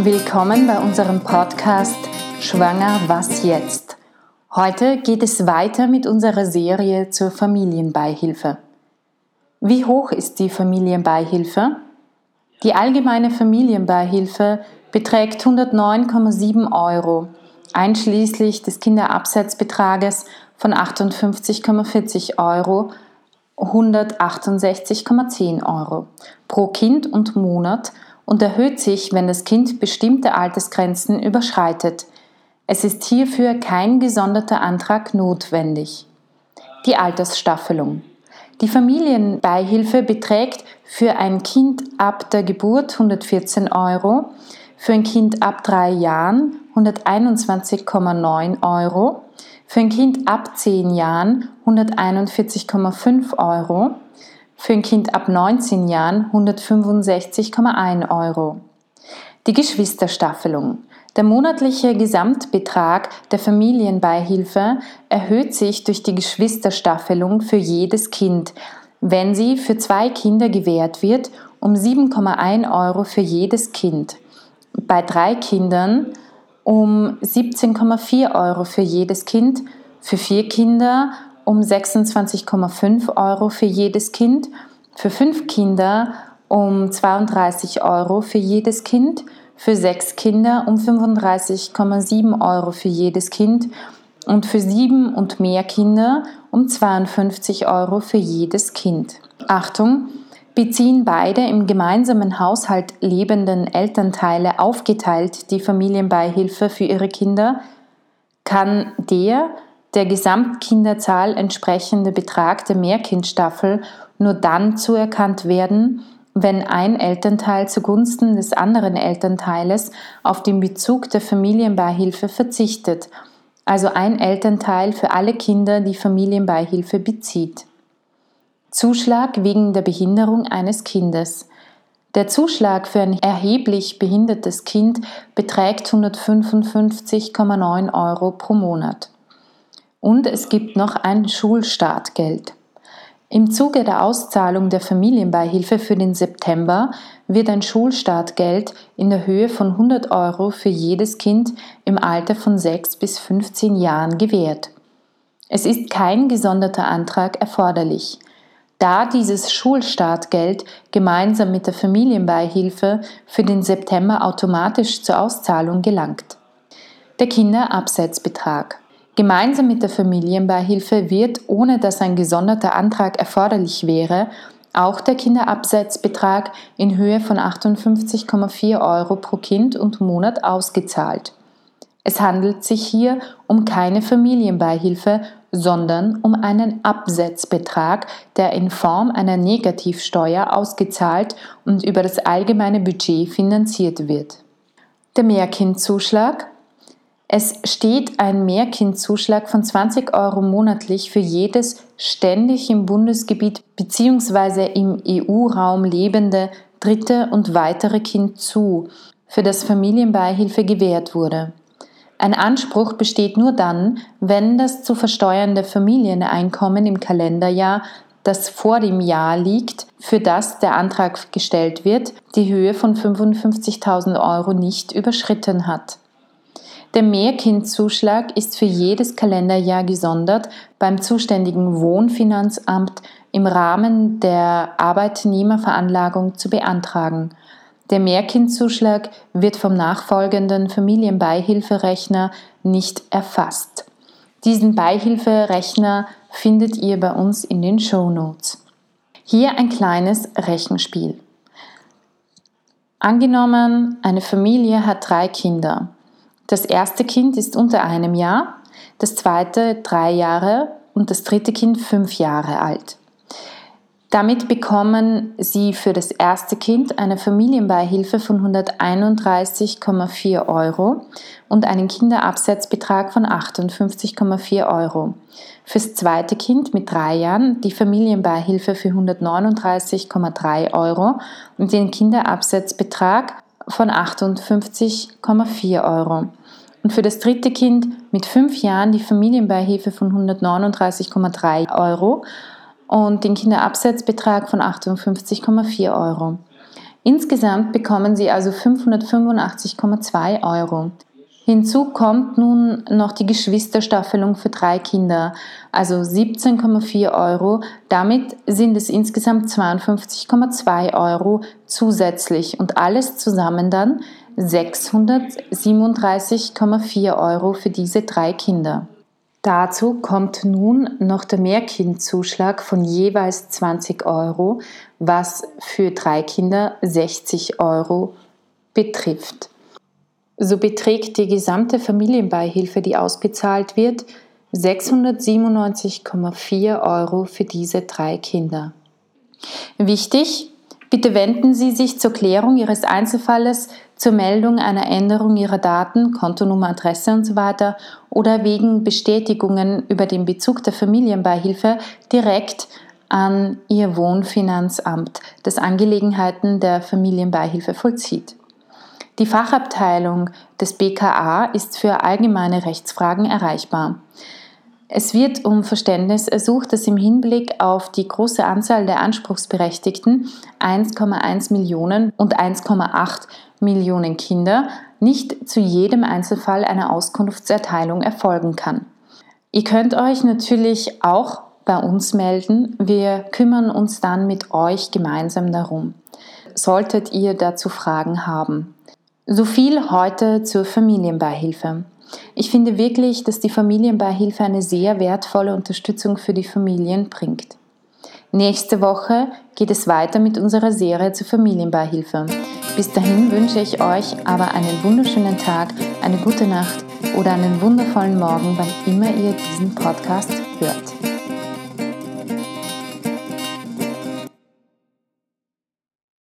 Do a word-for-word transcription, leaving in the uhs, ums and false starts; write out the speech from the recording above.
Willkommen bei unserem Podcast Schwanger, was jetzt? Heute geht es weiter mit unserer Serie zur Familienbeihilfe. Wie hoch ist die Familienbeihilfe? Die allgemeine Familienbeihilfe beträgt hundertneun Komma sieben Euro, einschließlich des Kinderabsetzbetrages von achtundfünfzig Komma vierzig Euro, hundertachtundsechzig Komma zehn Euro pro Kind und Monat und erhöht sich, wenn das Kind bestimmte Altersgrenzen überschreitet. Es ist hierfür kein gesonderter Antrag notwendig. Die Altersstaffelung. Die Familienbeihilfe beträgt für ein Kind ab der Geburt hundertvierzehn Euro, für ein Kind ab drei Jahren hunderteinundzwanzig Komma neun Euro, für ein Kind ab zehn Jahren hunderteinundvierzig Komma fünf Euro, für ein Kind ab neunzehn Jahren hundertfünfundsechzig Komma eins Euro. Die Geschwisterstaffelung. Der monatliche Gesamtbetrag der Familienbeihilfe erhöht sich durch die Geschwisterstaffelung für jedes Kind, wenn sie für zwei Kinder gewährt wird, um sieben Komma eins Euro für jedes Kind. Bei drei Kindern um siebzehn Komma vier Euro für jedes Kind, für vier Kinder um sechsundzwanzig Komma fünf Euro für jedes Kind, für fünf Kinder um zweiunddreißig Euro für jedes Kind, für sechs Kinder um fünfunddreißig Komma sieben Euro für jedes Kind und für sieben und mehr Kinder um zweiundfünfzig Euro für jedes Kind. Achtung! Beziehen beide im gemeinsamen Haushalt lebenden Elternteile aufgeteilt die Familienbeihilfe für ihre Kinder, kann der der Gesamtkinderzahl entsprechende Betrag der Mehrkindstaffel nur dann zuerkannt werden, wenn ein Elternteil zugunsten des anderen Elternteiles auf den Bezug der Familienbeihilfe verzichtet, also ein Elternteil für alle Kinder die Familienbeihilfe bezieht. Zuschlag wegen der Behinderung eines Kindes. Der Zuschlag für ein erheblich behindertes Kind beträgt hundertfünfundfünfzig Komma neun Euro pro Monat. Und es gibt noch ein Schulstartgeld. Im Zuge der Auszahlung der Familienbeihilfe für den September wird ein Schulstartgeld in der Höhe von hundert Euro für jedes Kind im Alter von sechs bis fünfzehn Jahren gewährt. Es ist kein gesonderter Antrag erforderlich, da dieses Schulstartgeld gemeinsam mit der Familienbeihilfe für den September automatisch zur Auszahlung gelangt. Der Kinderabsetzbetrag. Gemeinsam mit der Familienbeihilfe wird, ohne dass ein gesonderter Antrag erforderlich wäre, auch der Kinderabsetzbetrag in Höhe von achtundfünfzig Komma vier Euro pro Kind und Monat ausgezahlt. Es handelt sich hier um keine Familienbeihilfe, sondern um einen Absetzbetrag, der in Form einer Negativsteuer ausgezahlt und über das allgemeine Budget finanziert wird. Der Mehrkindzuschlag. Es steht ein Mehrkindzuschlag von zwanzig Euro monatlich für jedes ständig im Bundesgebiet bzw. im E U-Raum lebende dritte und weitere Kind zu, für das Familienbeihilfe gewährt wurde. Ein Anspruch besteht nur dann, wenn das zu versteuernde Familieneinkommen im Kalenderjahr, das vor dem Jahr liegt, für das der Antrag gestellt wird, die Höhe von fünfundfünfzigtausend Euro nicht überschritten hat. Der Mehrkindzuschlag ist für jedes Kalenderjahr gesondert beim zuständigen Wohnfinanzamt im Rahmen der Arbeitnehmerveranlagung zu beantragen. Der Mehrkindzuschlag wird vom nachfolgenden Familienbeihilferechner nicht erfasst. Diesen Beihilferechner findet ihr bei uns in den Shownotes. Hier ein kleines Rechenspiel. Angenommen, eine Familie hat drei Kinder. Das erste Kind ist unter einem Jahr, das zweite drei Jahre und das dritte Kind fünf Jahre alt. Damit bekommen Sie für das erste Kind eine Familienbeihilfe von hunderteinunddreißig Komma vier Euro und einen Kinderabsetzbetrag von achtundfünfzig Komma vier Euro. Fürs zweite Kind mit drei Jahren die Familienbeihilfe für hundertneununddreißig Komma drei Euro und den Kinderabsetzbetrag von achtundfünfzig Komma vier Euro. Und für das dritte Kind mit fünf Jahren die Familienbeihilfe von hundertneununddreißig Komma drei Euro und den Kinderabsetzbetrag von achtundfünfzig Komma vier Euro. Insgesamt bekommen sie also fünfhundertfünfundachtzig Komma zwei Euro. Hinzu kommt nun noch die Geschwisterstaffelung für drei Kinder, also siebzehn Komma vier Euro. Damit sind es insgesamt zweiundfünfzig Komma zwei Euro zusätzlich und alles zusammen dann sechshundertsiebenunddreißig Komma vier Euro für diese drei Kinder. Dazu kommt nun noch der Mehrkindzuschlag von jeweils zwanzig Euro, was für drei Kinder sechzig Euro betrifft. So beträgt die gesamte Familienbeihilfe, die ausbezahlt wird, sechshundertsiebenundneunzig Komma vier Euro für diese drei Kinder. Wichtig: Bitte wenden Sie sich zur Klärung Ihres Einzelfalles, zur Meldung einer Änderung Ihrer Daten, Kontonummer, Adresse usw. oder wegen Bestätigungen über den Bezug der Familienbeihilfe direkt an Ihr Wohnfinanzamt, das Angelegenheiten der Familienbeihilfe vollzieht. Die Fachabteilung des B K A ist für allgemeine Rechtsfragen erreichbar. Es wird um Verständnis ersucht, dass im Hinblick auf die große Anzahl der Anspruchsberechtigten, eins Komma eins Millionen und eins Komma acht Millionen Kinder, nicht zu jedem Einzelfall eine Auskunftserteilung erfolgen kann. Ihr könnt euch natürlich auch bei uns melden. Wir kümmern uns dann mit euch gemeinsam darum. Solltet ihr dazu Fragen haben. So viel heute zur Familienbeihilfe. Ich finde wirklich, dass die Familienbeihilfe eine sehr wertvolle Unterstützung für die Familien bringt. Nächste Woche geht es weiter mit unserer Serie zur Familienbeihilfe. Bis dahin wünsche ich euch aber einen wunderschönen Tag, eine gute Nacht oder einen wundervollen Morgen, wann immer ihr diesen Podcast hört.